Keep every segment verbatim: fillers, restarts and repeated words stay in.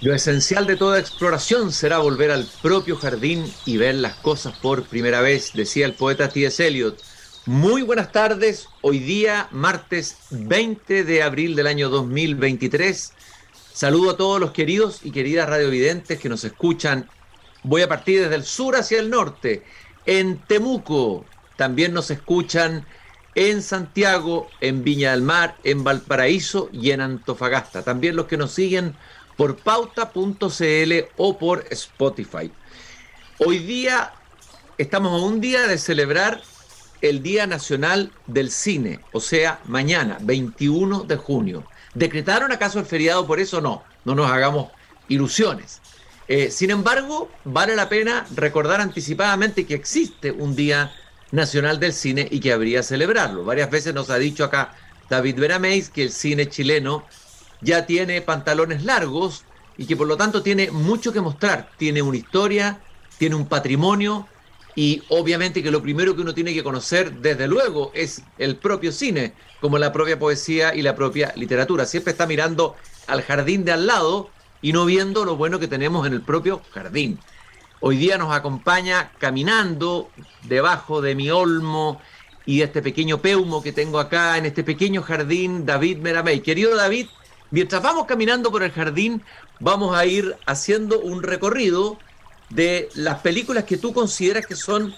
Lo esencial de toda exploración será volver al propio jardín y ver las cosas por primera vez, decía el poeta T S Eliot. Muy buenas tardes, hoy día martes veinte de abril del año dos mil veintitrés. Saludo a todos los queridos y queridas radiovidentes que nos escuchan. Voy a partir desde el sur hacia el norte, en Temuco. También nos escuchan en Santiago, en Viña del Mar, en Valparaíso y en Antofagasta. También los que nos siguen por pauta punto c l o por Spotify. Hoy día estamos a un día de celebrar el Día Nacional del Cine, o sea, mañana, veintiuno de junio. ¿Decretaron acaso el feriado por eso? No, no nos hagamos ilusiones. Eh, sin embargo, vale la pena recordar anticipadamente que existe un Día Nacional del Cine y que habría celebrarlo. Varias veces nos ha dicho acá David Berameis que el cine chileno ya tiene pantalones largos y que por lo tanto tiene mucho que mostrar. Tiene una historia, tiene un patrimonio y obviamente que lo primero que uno tiene que conocer, desde luego, es el propio cine, como la propia poesía y la propia literatura. Siempre está mirando al jardín de al lado y no viendo lo bueno que tenemos en el propio jardín. Hoy día nos acompaña caminando debajo de mi olmo y de este pequeño peumo que tengo acá en este pequeño jardín, David Meramey. Querido David, mientras vamos caminando por el jardín, vamos a ir haciendo un recorrido de las películas que tú consideras que son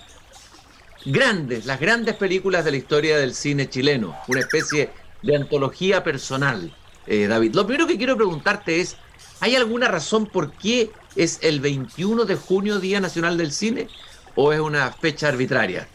grandes, las grandes películas de la historia del cine chileno, una especie de antología personal, eh, David. Lo primero que quiero preguntarte es, ¿hay alguna razón por qué es el veintiuno de junio Día Nacional del Cine o es una fecha arbitraria?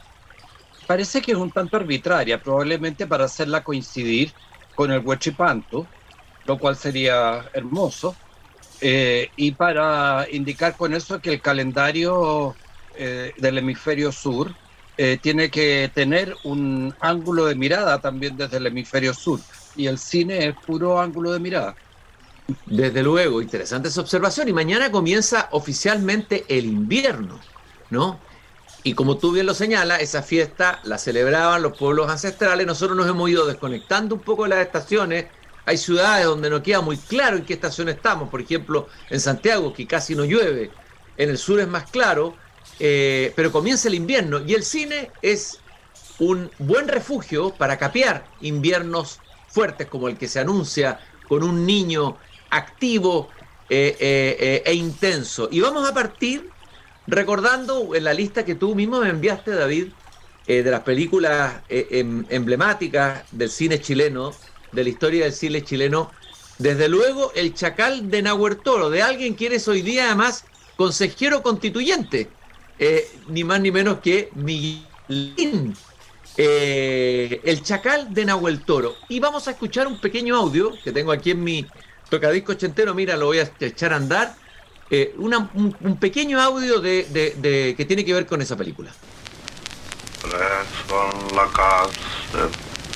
Parece que es un tanto arbitraria, probablemente para hacerla coincidir con el Huachipanto, lo cual sería hermoso, eh, y para indicar con eso que el calendario eh, del hemisferio sur eh, tiene que tener un ángulo de mirada también desde el hemisferio sur, y el cine es puro ángulo de mirada. Desde luego, interesante esa observación, y mañana comienza oficialmente el invierno, ¿no? Y como tú bien lo señalas, esa fiesta la celebraban los pueblos ancestrales. Nosotros nos hemos ido desconectando un poco de las estaciones. Hay ciudades donde no queda muy claro en qué estación estamos. Por ejemplo, en Santiago, que casi no llueve. En el sur es más claro, eh, pero comienza el invierno. Y el cine es un buen refugio para capear inviernos fuertes como el que se anuncia con un niño activo eh, eh, eh, e intenso. Y vamos a partir recordando en la lista que tú mismo me enviaste, David, eh, de las películas eh, em, emblemáticas del cine chileno, de la historia del cine chileno, desde luego El Chacal de Nahuel Toro, de alguien que eres hoy día además consejero constituyente, eh, ni más ni menos que Miguelín, eh, El Chacal de Nahuel Toro. Y vamos a escuchar un pequeño audio que tengo aquí en mi tocadisco ochentero, mira, lo voy a echar a andar. Eh, una, un, un pequeño audio de, de, de, que tiene que ver con esa película. Preso en la cárcel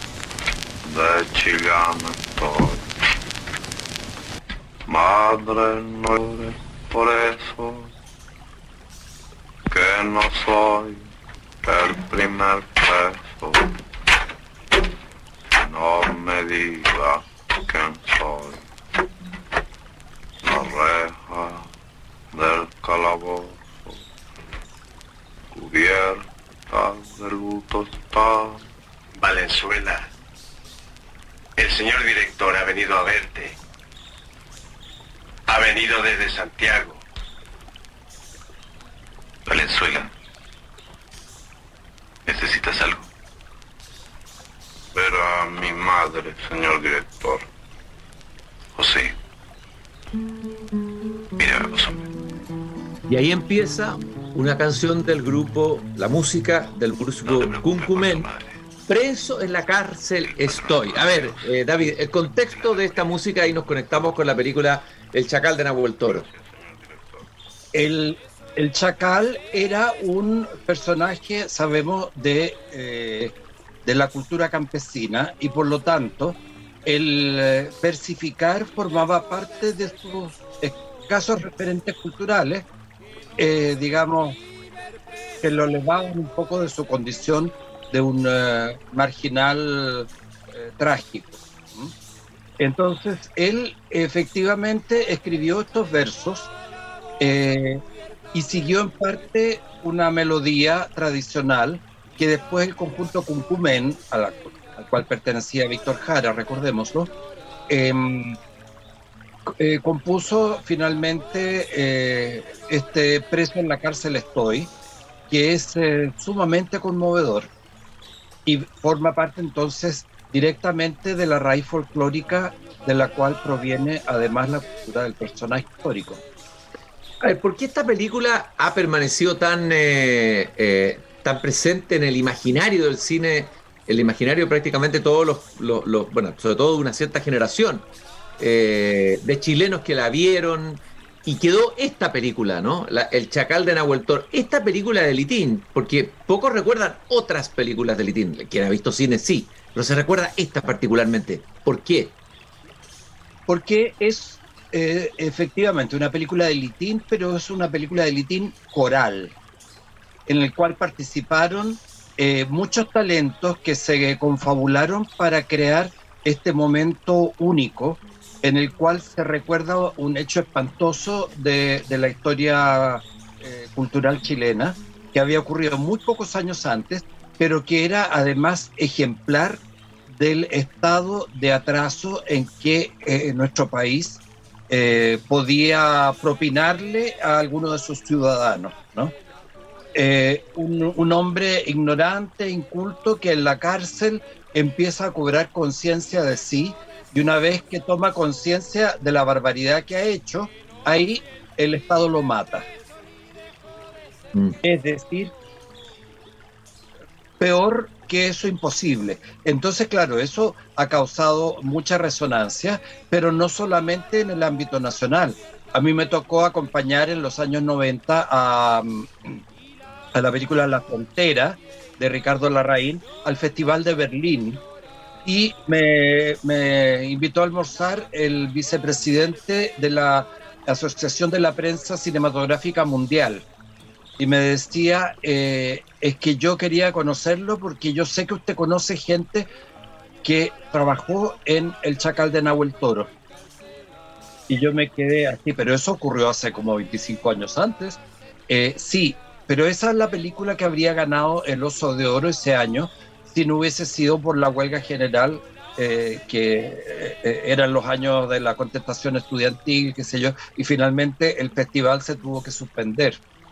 de Chillán estoy. Madre, no llores por eso, que no soy el primer preso. No me diga quién soy. La reja del calabozo, cubierta de luto está. Valenzuela, el señor director ha venido a verte. Ha venido desde Santiago. Valenzuela, ¿necesitas algo? Ver a mi madre, señor director. José. Mira, hombre. Y ahí empieza una canción del grupo, la música del grupo no Cuncumen, Preso en la cárcel estoy. A ver, eh, David, el contexto de esta música, y nos conectamos con la película El Chacal de Nahuel Toro. El, el Chacal era un personaje, sabemos, de, eh, de la cultura campesina, y por lo tanto el eh, versificar formaba parte de sus escasos referentes culturales, eh, digamos, que lo elevaban un poco de su condición de un uh, marginal uh, trágico. ¿Mm? Entonces, él efectivamente escribió estos versos eh, y siguió en parte una melodía tradicional que después el conjunto Cuncumen, a la, al cual pertenecía Víctor Jara, recordémoslo, eh, eh, compuso finalmente eh, este Preso en la cárcel estoy, que es eh, sumamente conmovedor y forma parte entonces directamente de la raíz folclórica de la cual proviene además la cultura del personaje histórico. A ver, ¿por qué esta película ha permanecido tan, eh, eh, tan presente en el imaginario del cine, el imaginario de prácticamente todos los, los, los, bueno, sobre todo de una cierta generación eh, de chilenos que la vieron, y quedó esta película, ¿no? La, El Chacal de Nahuel Toro, esta película de Litín, porque pocos recuerdan otras películas de Litín, quien ha visto cine sí, pero se recuerda esta particularmente. ¿Por qué? Porque es eh, efectivamente una película de Litín, pero es una película de Litín coral, en el cual participaron eh, muchos talentos que se confabularon para crear este momento único, en el cual se recuerda un hecho espantoso de, de la historia eh, cultural chilena, que había ocurrido muy pocos años antes, pero que era además ejemplar del estado de atraso en que eh, nuestro país eh, podía propinarle a algunos de sus ciudadanos, ¿no? Eh, un, un hombre ignorante, inculto, que en la cárcel empieza a cobrar conciencia de sí, y una vez que toma conciencia de la barbaridad que ha hecho, ahí el Estado lo mata. Mm. Es decir, peor que eso imposible. Entonces, claro, eso ha causado mucha resonancia, pero no solamente en el ámbito nacional. A mí me tocó acompañar en los años noventa a, a la película La Frontera, de Ricardo Larraín, al Festival de Berlín, y me, me invitó a almorzar el vicepresidente de la Asociación de la Prensa Cinematográfica Mundial. Y me decía, eh, es que yo quería conocerlo porque yo sé que usted conoce gente que trabajó en El Chacal de Nahuel Toro. Y yo me quedé así, pero eso ocurrió hace como veinticinco años antes. Eh, sí, pero esa es la película que habría ganado el Oso de Oro ese año, si no hubiese sido por la huelga general, eh, que eh, eran los años de la contestación estudiantil, qué sé yo, y finalmente el festival se tuvo que suspender.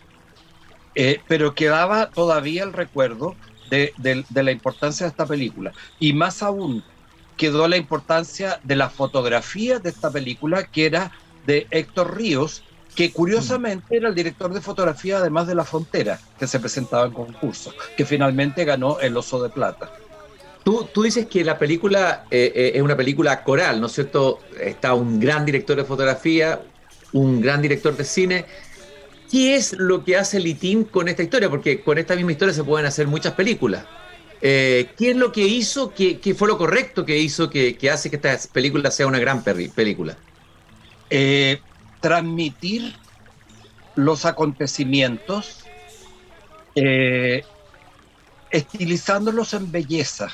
Eh, pero quedaba todavía el recuerdo de, de, de la importancia de esta película. Y más aún, quedó la importancia de la fotografía de esta película, que era de Héctor Ríos, que curiosamente era el director de fotografía además de La Frontera, que se presentaba en concurso, que finalmente ganó el Oso de Plata. Tú, tú dices que la película eh, eh, es una película coral, ¿no es cierto? Está un gran director de fotografía, un gran director de cine. ¿Qué es lo que hace Litín con esta historia? Porque con esta misma historia se pueden hacer muchas películas. Eh, ¿Qué es lo que hizo, qué, qué fue lo correcto que hizo que, que hace que esta película sea una gran película? Eh... transmitir los acontecimientos eh, estilizándolos en belleza.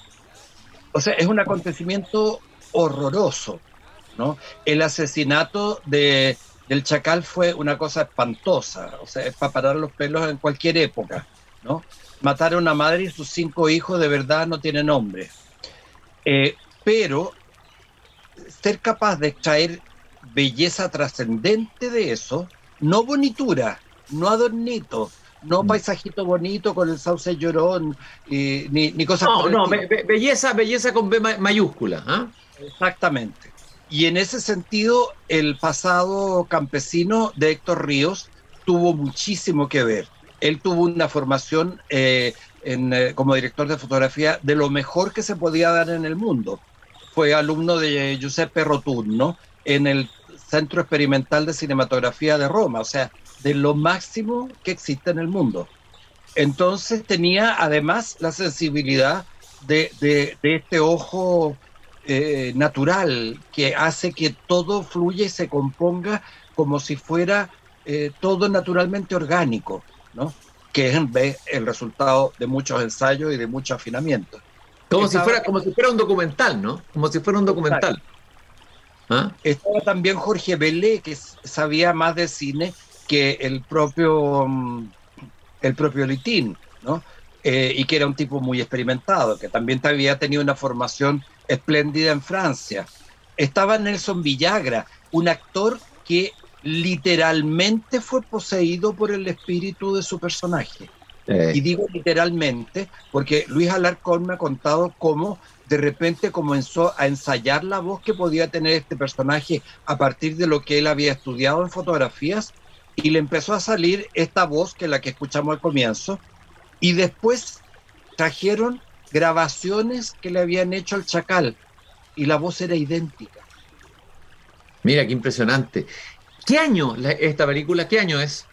O sea, es un acontecimiento horroroso, ¿no? El asesinato de, del Chacal fue una cosa espantosa, o sea, es para parar los pelos en cualquier época, ¿no? Matar a una madre y sus cinco hijos de verdad no tiene nombre. Eh, pero ser capaz de extraer belleza trascendente de eso, no bonitura, no adornito, no paisajito bonito con el sauce llorón, eh, ni, ni cosas... No, no, be, be, belleza, belleza con B mayúscula. ¿eh? Exactamente. Y en ese sentido, el pasado campesino de Héctor Ríos tuvo muchísimo que ver. Él tuvo una formación eh, en, eh, como director de fotografía de lo mejor que se podía dar en el mundo. Fue alumno de Giuseppe Rotunno en el Centro Experimental de Cinematografía de Roma, o sea, de lo máximo que existe en el mundo. Entonces tenía además la sensibilidad de, de, de este ojo eh, natural que hace que todo fluya y se componga como si fuera eh, todo naturalmente orgánico, ¿no? Que es en vez el resultado de muchos ensayos y de mucho afinamiento. Como, Estaba... si fuera, como si fuera un documental, ¿no? Como si fuera un documental. ¿Ah? Estaba también Jorge Belé, que sabía más de cine que el propio, el propio Litín, ¿no? Eh, y que era un tipo muy experimentado, que también había tenido una formación espléndida en Francia. Estaba Nelson Villagra, un actor que literalmente fue poseído por el espíritu de su personaje. Eh. Y digo literalmente porque Luis Alarcón me ha contado cómo de repente comenzó a ensayar la voz que podía tener este personaje a partir de lo que él había estudiado en fotografías, y le empezó a salir esta voz, que es la que escuchamos al comienzo, y después trajeron grabaciones que le habían hecho al Chacal, y la voz era idéntica. Mira, qué impresionante. ¿Qué año esta película? ¿Qué año es?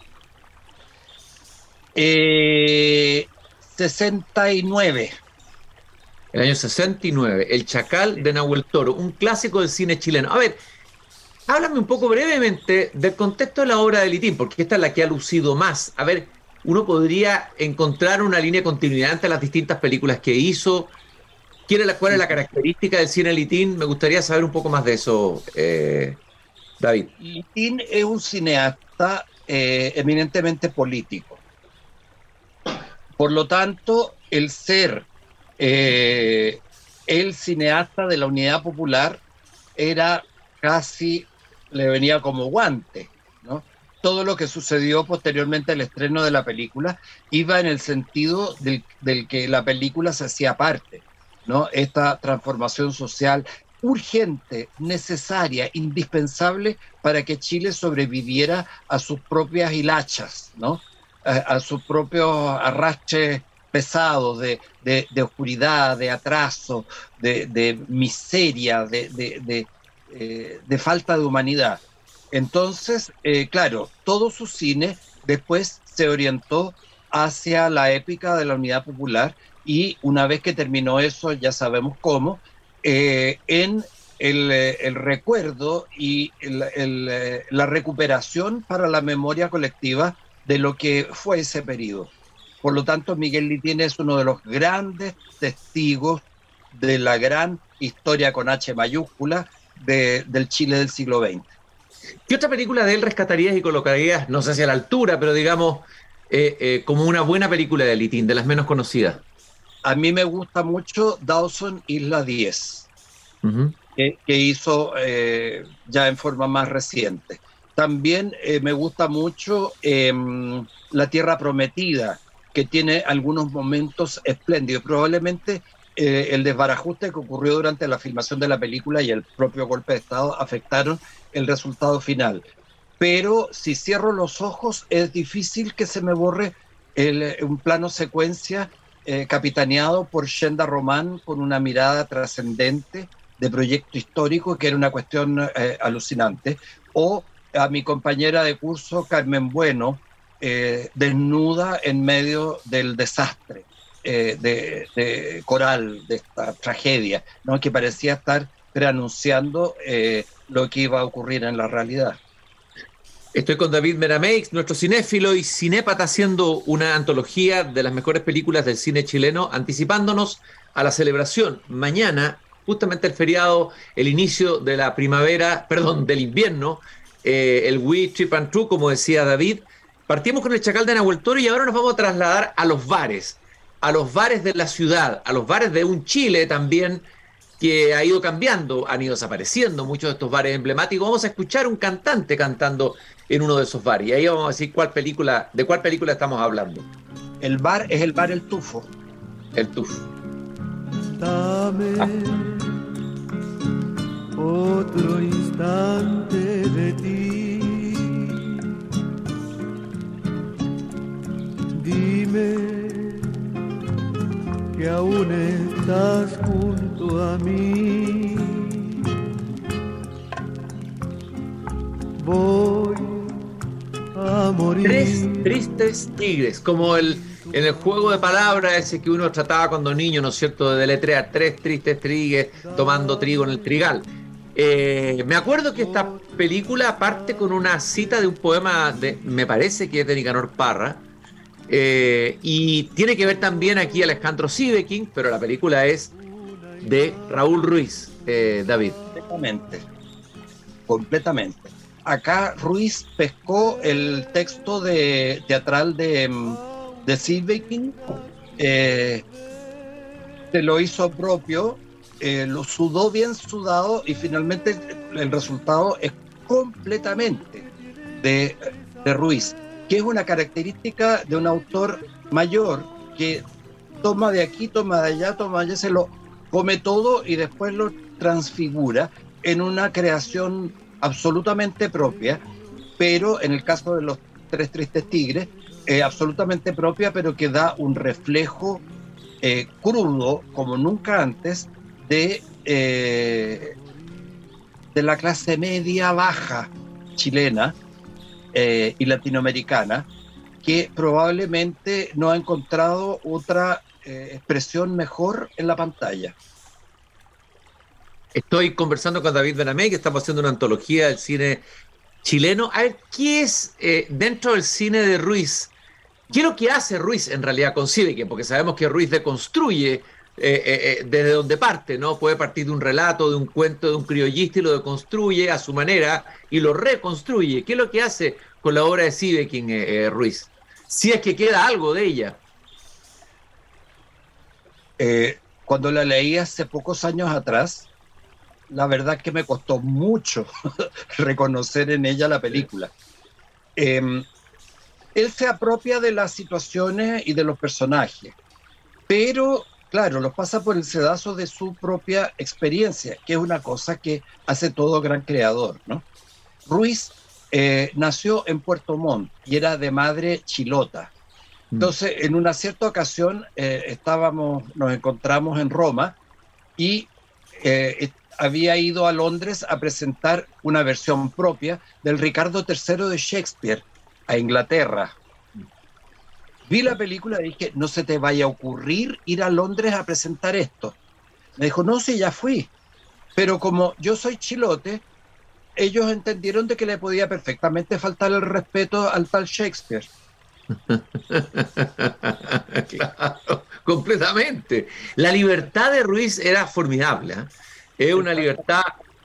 Eh, sesenta y nueve. El año sesenta y nueve, El Chacal de Nahuel Toro, un clásico del cine chileno. A ver, háblame un poco brevemente del contexto de la obra de Litín, porque esta es la que ha lucido más. A ver, uno podría encontrar una línea de continuidad entre las distintas películas que hizo. ¿Cuál es la, cuál es la característica del cine Litín? Me gustaría saber un poco más de eso, eh, David. Litín es un cineasta eh, eminentemente político. Por lo tanto, el ser eh, el cineasta de la Unidad Popular era casi, le venía como guante, ¿no? Todo lo que sucedió posteriormente al estreno de la película iba en el sentido del, del que la película se hacía parte, ¿no? Esta transformación social urgente, necesaria, indispensable para que Chile sobreviviera a sus propias hilachas, ¿no? A, a sus propios arrastres pesados de, de, de oscuridad, de atraso, de, de miseria, de, de, de, eh, de falta de humanidad. Entonces, eh, claro, todo su cine después se orientó hacia la épica de la Unidad Popular, y una vez que terminó eso, ya sabemos cómo, eh, en el, el recuerdo y el, el, la recuperación para la memoria colectiva de lo que fue ese periodo. Por lo tanto, Miguel Litín es uno de los grandes testigos de la gran historia con H mayúscula de, del Chile del siglo veinte. ¿Qué otra película de él rescatarías y colocarías, no sé si a la altura, pero digamos, eh, eh, como una buena película de Litín, de las menos conocidas? A mí me gusta mucho Dawson Isla diez, uh-huh. que, que hizo eh, ya en forma más reciente. También eh, me gusta mucho eh, La Tierra Prometida, que tiene algunos momentos espléndidos. Probablemente eh, el desbarajuste que ocurrió durante la filmación de la película y el propio golpe de Estado afectaron el resultado final. Pero si cierro los ojos, es difícil que se me borre el, un plano secuencia eh, capitaneado por Shenda Román, con una mirada trascendente de proyecto histórico, que era una cuestión eh, alucinante. O a mi compañera de curso, Carmen Bueno, eh, desnuda en medio del desastre eh, de, de coral, de esta tragedia, ¿no? Que parecía estar preanunciando eh, lo que iba a ocurrir en la realidad. Estoy con David Merameix, nuestro cinéfilo y cinépata, haciendo una antología de las mejores películas del cine chileno, anticipándonos a la celebración mañana, justamente el feriado, el inicio de la primavera, perdón, del invierno, eh, el We Trip and True, como decía David. Partimos con El Chacal de Nahuel Toro y ahora nos vamos a trasladar a los bares, a los bares de la ciudad, a los bares de un Chile también que ha ido cambiando, han ido desapareciendo muchos de estos bares emblemáticos. Vamos a escuchar un cantante cantando en uno de esos bares y ahí vamos a decir cuál película, de cuál película estamos hablando. El bar es el bar El Tufo. El Tufo. Dame ah. otro instante de ti. Dime que aún estás junto a mí. Voy a morir. Tres tristes tigres, como el en el juego de palabras ese que uno trataba cuando niño, ¿no es cierto?, de deletrear, tres tristes tigres tomando trigo en el trigal. Eh, me acuerdo que esta película parte con una cita de un poema, de, me parece que es de Nicanor Parra, eh, y tiene que ver también aquí Alejandro Siveking, pero la película es de Raúl Ruiz, eh, David. Exactamente. completamente. Acá Ruiz pescó el texto de, teatral de, de Sieveking, eh, se lo hizo propio, eh, lo sudó bien sudado y finalmente el resultado es completamente de, de Ruiz, que es una característica de un autor mayor que toma de aquí, toma de allá, toma de allá, se lo come todo y después lo transfigura en una creación absolutamente propia, pero en el caso de los Tres Tristes Tigres, eh, absolutamente propia, pero que da un reflejo eh, crudo, como nunca antes, de, eh, de la clase media baja chilena eh, y latinoamericana, que probablemente no ha encontrado otra eh, expresión mejor en la pantalla. Estoy conversando con David Benamey, que estamos haciendo una antología del cine chileno. A ver, ¿qué es eh, dentro del cine de Ruiz? ¿Qué es lo que hace Ruiz en realidad con Sieveking? Porque sabemos que Ruiz deconstruye eh, eh, desde donde parte, ¿no? Puede partir de un relato, de un cuento, de un criollista y lo deconstruye a su manera y lo reconstruye. ¿Qué es lo que hace con la obra de Sieveking, eh, eh, Ruiz? Si es que queda algo de ella. Eh, cuando la leí hace pocos años atrás, la verdad que me costó mucho reconocer en ella la película. Eh, él se apropia de las situaciones y de los personajes, pero claro, los pasa por el sedazo de su propia experiencia, que es una cosa que hace todo gran creador, ¿no? Ruiz eh, nació en Puerto Montt y era de madre chilota. Entonces, en una cierta ocasión eh, estábamos, nos encontramos en Roma y eh, había ido a Londres a presentar una versión propia del Ricardo tercero de Shakespeare a Inglaterra. Vi la película y dije, no se te vaya a ocurrir ir a Londres a presentar esto. Me dijo, no, sí, ya fui. Pero como yo soy chilote, ellos entendieron de que le podía perfectamente faltar el respeto al tal Shakespeare. Claro, completamente. La libertad de Ruiz era formidable, ¿eh? Es una libertad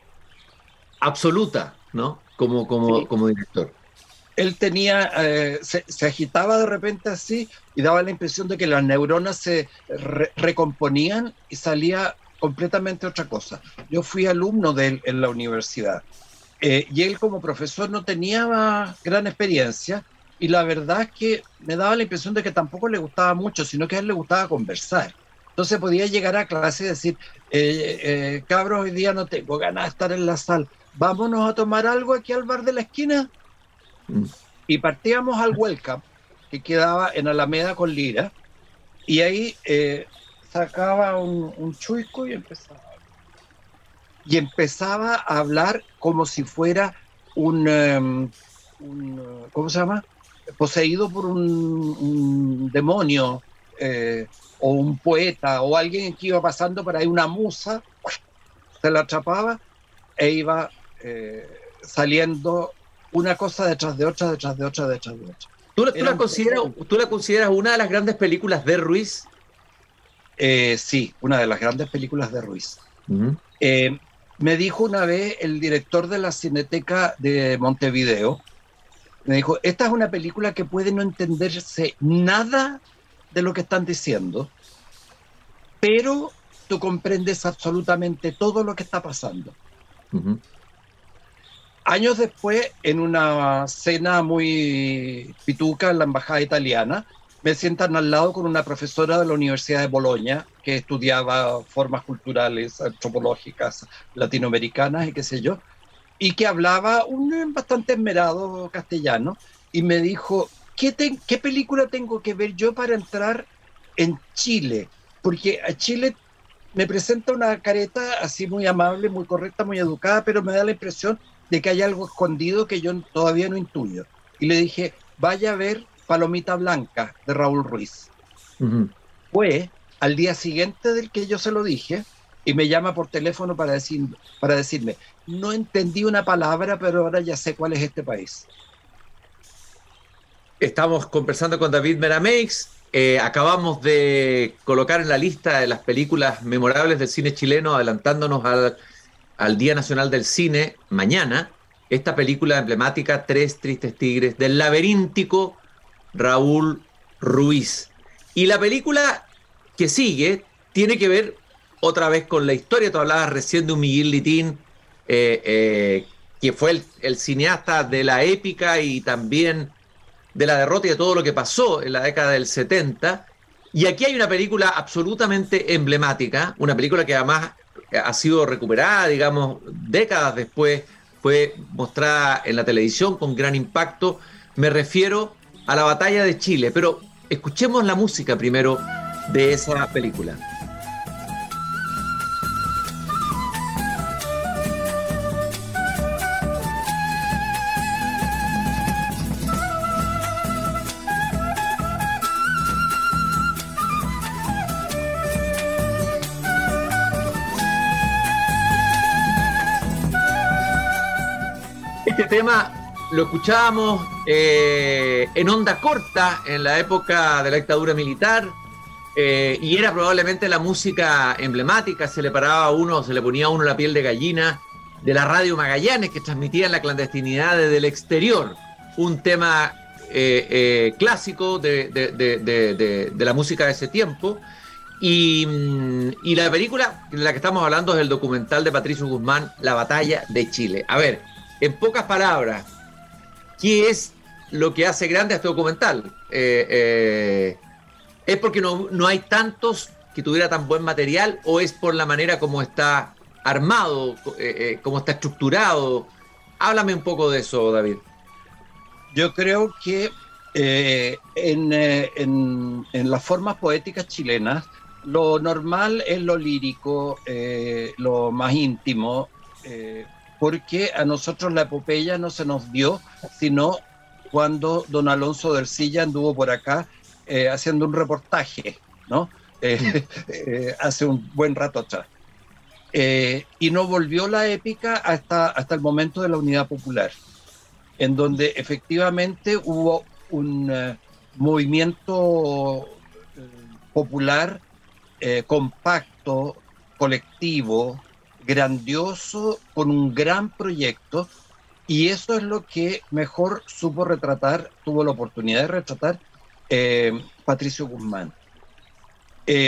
absoluta, ¿no? Como, como, sí. como director. Él tenía, eh, se, se agitaba de repente así y daba la impresión de que las neuronas se re recomponían y salía completamente otra cosa. Yo fui alumno de él en la universidad eh, y él como profesor no tenía gran experiencia y la verdad es que me daba la impresión de que tampoco le gustaba mucho, sino que a él le gustaba conversar. Entonces podía llegar a clase y decir, eh, eh, cabros, hoy día no tengo ganas de estar en la sala, vámonos a tomar algo aquí al bar de la esquina. Mm. Y partíamos al Welcome, que quedaba en Alameda con Lira, y ahí eh, sacaba un, un chuico y empezaba, y empezaba a hablar como si fuera un, um, un ¿cómo se llama? Poseído por un, un demonio, eh, o un poeta, o alguien que iba pasando por ahí, una musa, se la atrapaba e iba eh, saliendo una cosa detrás de otra, detrás de otra, detrás de otra. ¿Tú, tú, la, consideras, ¿Tú la consideras una de las grandes películas de Ruiz? Eh, sí, una de las grandes películas de Ruiz. Uh-huh. eh, me dijo una vez el director de la Cineteca de Montevideo, me dijo, esta es una película que puede no entenderse nada de lo que están diciendo, pero tú comprendes absolutamente todo lo que está pasando. Uh-huh. Años después, en una cena muy pituca en la embajada italiana, me sientan al lado con una profesora de la Universidad de Bolonia que estudiaba formas culturales, antropológicas, latinoamericanas y qué sé yo, y que hablaba un bastante esmerado castellano, y me dijo, ¿qué, te, ¿qué película tengo que ver yo para entrar en Chile? Porque a Chile me presenta una careta así muy amable, muy correcta, muy educada, pero me da la impresión de que hay algo escondido que yo todavía no intuyo. Y le dije, vaya a ver Palomita Blanca, de Raúl Ruiz. Uh-huh. Fue al día siguiente del que yo se lo dije, y me llama por teléfono para, decir, para decirme, no entendí una palabra, pero ahora ya sé cuál es este país. Estamos conversando con David Benamey. Eh, acabamos de colocar en la lista de las películas memorables del cine chileno, adelantándonos al al Día Nacional del Cine, mañana, esta película emblemática, Tres Tristes Tigres, del laberíntico Raúl Ruiz. Y la película que sigue tiene que ver otra vez con la historia. Tú hablabas recién de un Miguel Litín, eh, eh, que fue el, el cineasta de la épica y también de la derrota y de todo lo que pasó en la década del setenta. Y aquí hay una película absolutamente emblemática, una película que además ha sido recuperada, digamos, décadas después, fue mostrada en la televisión con gran impacto. Me refiero a la Batalla de Chile, pero escuchemos la música primero de esa película. Este tema lo escuchábamos eh, en onda corta en la época de la dictadura militar, eh, y era probablemente la música emblemática. Se le paraba a uno, se le ponía a uno la piel de gallina de la radio Magallanes, que transmitía en la clandestinidad desde el exterior. Un tema eh, eh, clásico de, de, de, de, de, de la música de ese tiempo. Y, y la película de la que estamos hablando es el documental de Patricio Guzmán, La Batalla de Chile. A ver, en pocas palabras, ¿qué es lo que hace grande a este documental? Eh, eh, ¿Es porque no, no hay tantos que tuviera tan buen material, o es por la manera como está armado, eh, eh, cómo está estructurado? Háblame un poco de eso, David. Yo creo que eh, en, eh, en, en las formas poéticas chilenas, lo normal es lo lírico, eh, lo más íntimo, eh, porque a nosotros la epopeya no se nos dio, sino cuando don Alonso de Ercilla anduvo por acá eh, haciendo un reportaje, ¿no? Eh, eh, hace un buen rato atrás. Eh, y no volvió la épica hasta, hasta el momento de la Unidad Popular, en donde efectivamente hubo un uh, movimiento uh, popular eh, compacto, colectivo, grandioso, con un gran proyecto, y eso es lo que mejor supo retratar, tuvo la oportunidad de retratar eh, Patricio Guzmán. Eh,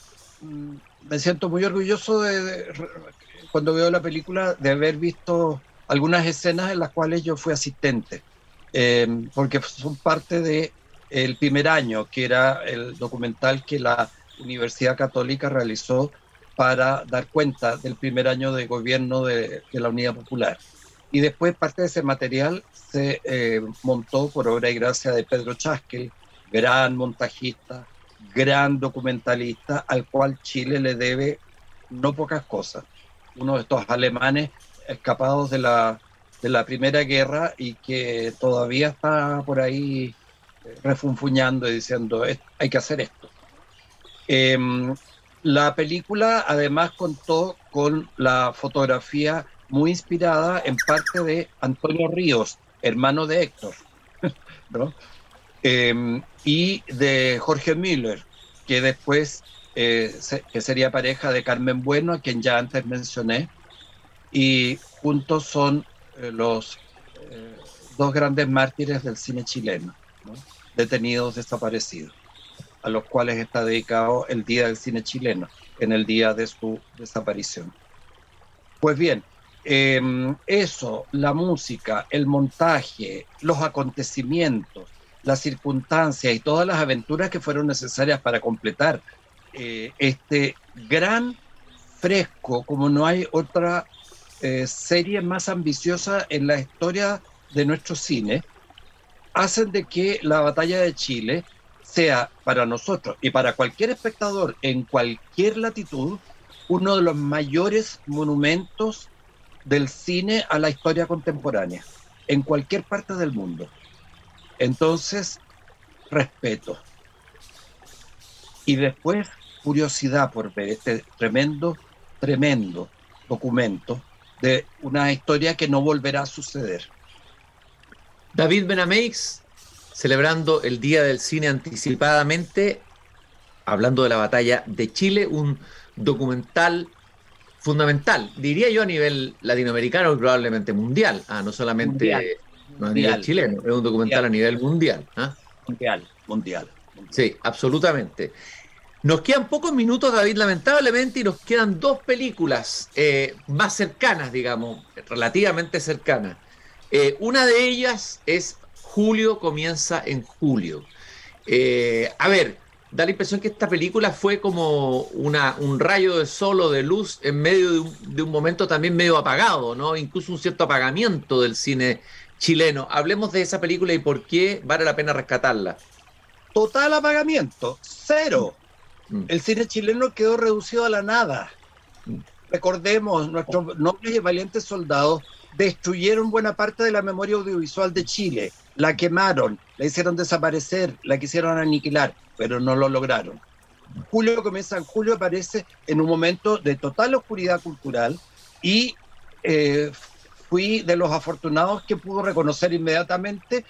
me siento muy orgulloso de, de, cuando veo la película, de haber visto algunas escenas en las cuales yo fui asistente, eh, porque son parte de el primer año, que era el documental que la Universidad Católica realizó para dar cuenta del primer año de gobierno de, de la Unidad Popular. Y después parte de ese material se eh, montó por obra y gracia de Pedro Chaskel, gran montajista, gran documentalista, al cual Chile le debe no pocas cosas. Uno de estos alemanes escapados de la, de la Primera Guerra y que todavía está por ahí refunfuñando y diciendo, hay que hacer esto. Eh, La película además contó con la fotografía muy inspirada en parte de Antonio Ríos, hermano de Héctor, ¿no? Eh, y de Jorge Müller, que después eh, se, que sería pareja de Carmen Bueno, a quien ya antes mencioné, y juntos son eh, los eh, dos grandes mártires del cine chileno, ¿no? Detenidos, desaparecidos, a los cuales está dedicado el Día del Cine Chileno, en el día de su desaparición. Pues bien, eh, eso, la música, el montaje, los acontecimientos, las circunstancias y todas las aventuras que fueron necesarias para completar eh, este gran fresco, como no hay otra eh, serie más ambiciosa en la historia de nuestro cine, hacen de que la Batalla de Chile sea para nosotros y para cualquier espectador en cualquier latitud uno de los mayores monumentos del cine a la historia contemporánea, en cualquier parte del mundo. Entonces, respeto. Y después, curiosidad por ver este tremendo, tremendo documento de una historia que no volverá a suceder. David Benameix, celebrando el Día del Cine anticipadamente, hablando de la Batalla de Chile, un documental fundamental, diría yo a nivel latinoamericano y probablemente mundial, ah, no solamente mundial. No a Mundial. nivel chileno, es un documental Mundial. a nivel mundial. ¿ah? Mundial, mundial. mundial. Sí, absolutamente. Nos quedan pocos minutos, David, lamentablemente, y nos quedan dos películas eh, más cercanas, digamos, relativamente cercanas. Eh, una de ellas es Julio comienza en julio. Eh, a ver, da la impresión que esta película fue como una, un rayo de sol o de luz en medio de un, de un momento también medio apagado, ¿no? Incluso un cierto apagamiento del cine chileno. Hablemos de esa película y por qué vale la pena rescatarla. Total apagamiento, cero. Mm. El cine chileno quedó reducido a la nada. Mm. Recordemos, nuestros nobles y valientes soldados destruyeron buena parte de la memoria audiovisual de Chile, la quemaron, la hicieron desaparecer, la quisieron aniquilar, pero no lo lograron. Julio comienza en julio, aparece en un momento de total oscuridad cultural y eh, fui de los afortunados que pudo reconocer inmediatamente,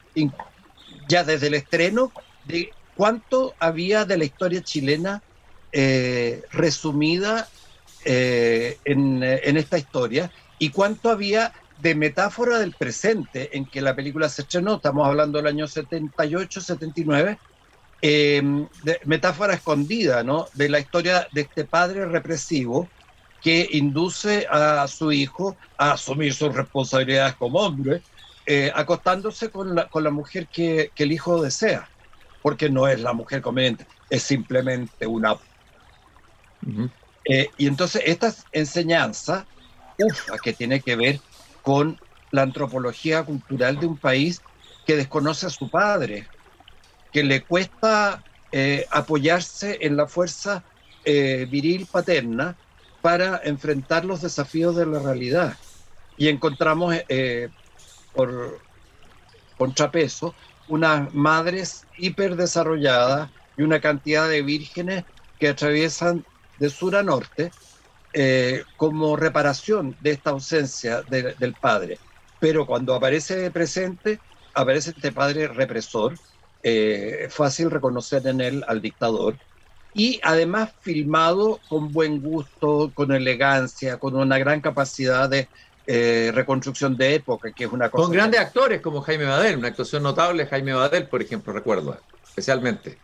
ya desde el estreno, de cuánto había de la historia chilena eh, resumida eh, en, en esta historia y cuánto había de metáfora del presente en que la película se estrenó. Estamos hablando del año setenta y ocho, setenta y nueve, eh, de metáfora escondida, ¿no? De la historia de este padre represivo que induce a su hijo a asumir sus responsabilidades como hombre, eh, acostándose con la, con la mujer que, que el hijo desea, porque no es la mujer conveniente, es simplemente una... Uh-huh. eh, y entonces esta enseñanza, ufa, que tiene que ver con la antropología cultural de un país que desconoce a su padre, que le cuesta eh, apoyarse en la fuerza eh, viril paterna para enfrentar los desafíos de la realidad. Y encontramos eh, por contrapeso unas madres hiperdesarrolladas y una cantidad de vírgenes que atraviesan de sur a norte eh, como reparación de esta ausencia de, del padre. Pero cuando aparece presente, aparece este padre represor, eh, fácil reconocer en él al dictador, y además filmado con buen gusto, con elegancia, con una gran capacidad de eh, reconstrucción de época, que es una cosa... Con grandes que... actores como Jaime Badel, una actuación notable, Jaime Badel, por ejemplo, recuerdo, especialmente.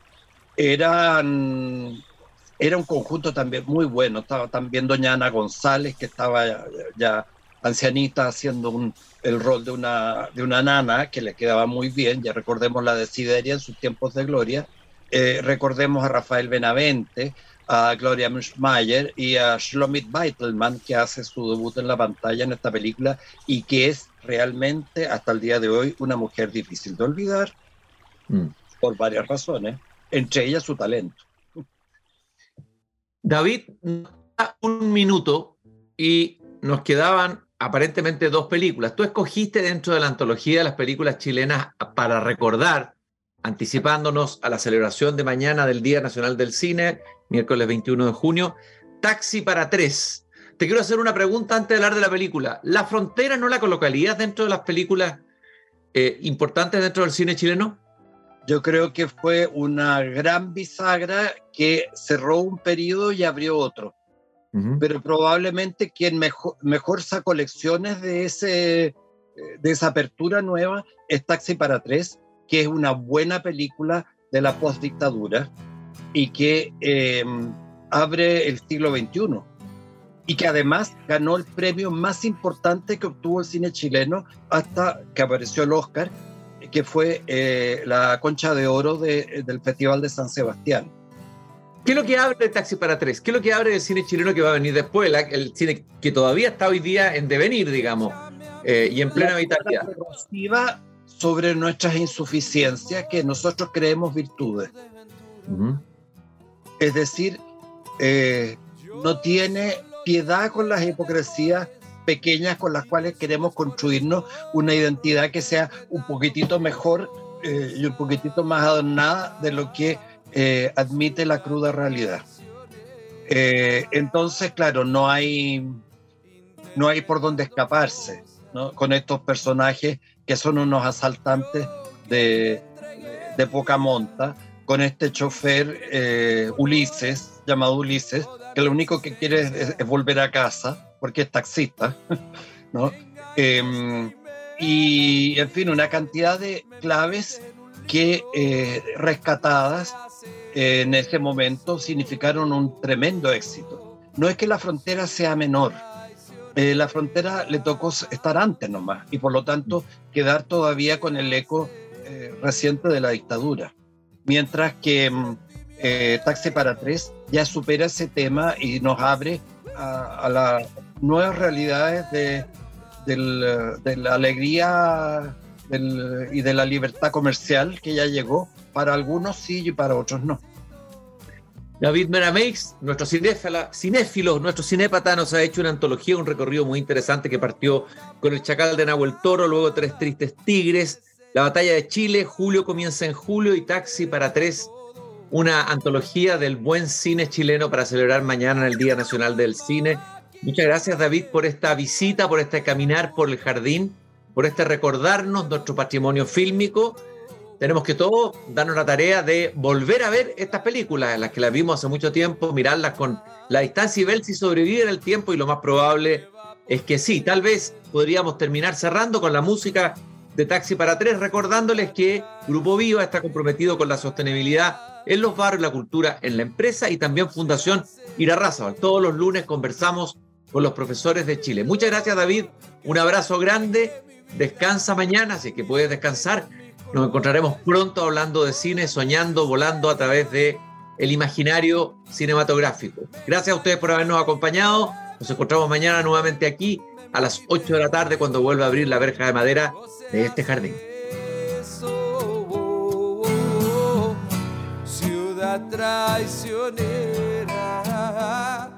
Eran, era un conjunto también muy bueno, estaba también doña Ana González, que estaba ya, ya ancianita, haciendo un, el rol de una, de una nana, que le quedaba muy bien, ya recordemos la Desideria en sus tiempos de gloria. Eh, recordemos a Rafael Benavente, a Gloria Muschmayer y a Shlomit Beitelman, que hace su debut en la pantalla en esta película y que es realmente hasta el día de hoy una mujer difícil de olvidar mm. por varias razones, entre ellas su talento. David, un minuto y nos quedaban aparentemente dos películas. Tú escogiste dentro de la antología de las películas chilenas para recordar, anticipándonos a la celebración de mañana del Día Nacional del Cine, miércoles veintiuno de junio, Taxi para tres. Te quiero hacer una pregunta antes de hablar de la película. ¿La Frontera no la colocarías dentro de las películas eh, importantes dentro del cine chileno? Yo creo que fue una gran bisagra que cerró un periodo y abrió otro. Uh-huh. Pero probablemente quien mejor, mejor sacó lecciones de, ese, de esa apertura nueva es Taxi para tres, que es una buena película de la postdictadura y que eh, abre el siglo veintiuno y que además ganó el premio más importante que obtuvo el cine chileno hasta que apareció el Oscar, que fue eh, la Concha de Oro de, del Festival de San Sebastián. ¿Qué es lo que abre Taxi para tres? ¿Qué es lo que abre el cine chileno que va a venir después? La, el cine que todavía está hoy día en devenir, digamos, eh, y en plena vitalidad. Sobre nuestras insuficiencias que nosotros creemos virtudes. Uh-huh. Es decir, eh, no tiene piedad con las hipocresías pequeñas con las cuales queremos construirnos una identidad que sea un poquitito mejor eh, y un poquitito más adornada de lo que eh, admite la cruda realidad. Eh, entonces, claro, no hay, no hay por dónde escaparse, ¿no? Con estos personajes que son unos asaltantes de, de poca monta, con este chofer eh, Ulises, llamado Ulises, que lo único que quiere es, es volver a casa, porque es taxista, ¿no? Eh, y, en fin, una cantidad de claves que eh, rescatadas eh, en ese momento significaron un tremendo éxito. No es que La Frontera sea menor, eh, La Frontera le tocó estar antes nomás, y por lo tanto quedar todavía con el eco eh, reciente de la dictadura. Mientras que eh, Taxi para Tres ya supera ese tema y nos abre a, a las nuevas realidades de, del, de la alegría del, y de la libertad comercial que ya llegó. Para algunos sí y para otros no. David Merameix, nuestro cinéfilo, cinéfilo, nuestro cinépata, nos ha hecho una antología, un recorrido muy interesante que partió con El Chacal de Nahuel Toro, luego Tres Tristes Tigres, La Batalla de Chile, Julio comienza en julio y Taxi para Tres, una antología del buen cine chileno para celebrar mañana en el Día Nacional del Cine. Muchas gracias, David, por esta visita, por este caminar por el jardín, por este recordarnos nuestro patrimonio fílmico. Tenemos que todos darnos la tarea de volver a ver estas películas, en las que las vimos hace mucho tiempo, mirarlas con la distancia y ver si sobreviven el tiempo, y lo más probable es que sí. Tal vez podríamos terminar cerrando con la música de Taxi para Tres, recordándoles que Grupo Viva está comprometido con la sostenibilidad en los barrios, la cultura en la empresa, y también Fundación Irarrázaval. Todos los lunes conversamos con los profesores de Chile. Muchas gracias, David. Un abrazo grande. Descansa mañana, si es que puedes descansar. Nos encontraremos pronto hablando de cine, soñando, volando a través de el imaginario cinematográfico. Gracias a ustedes por habernos acompañado. Nos encontramos mañana nuevamente aquí a las ocho de la tarde, cuando vuelva a abrir la verja de madera de este jardín. Ciudad traicionera.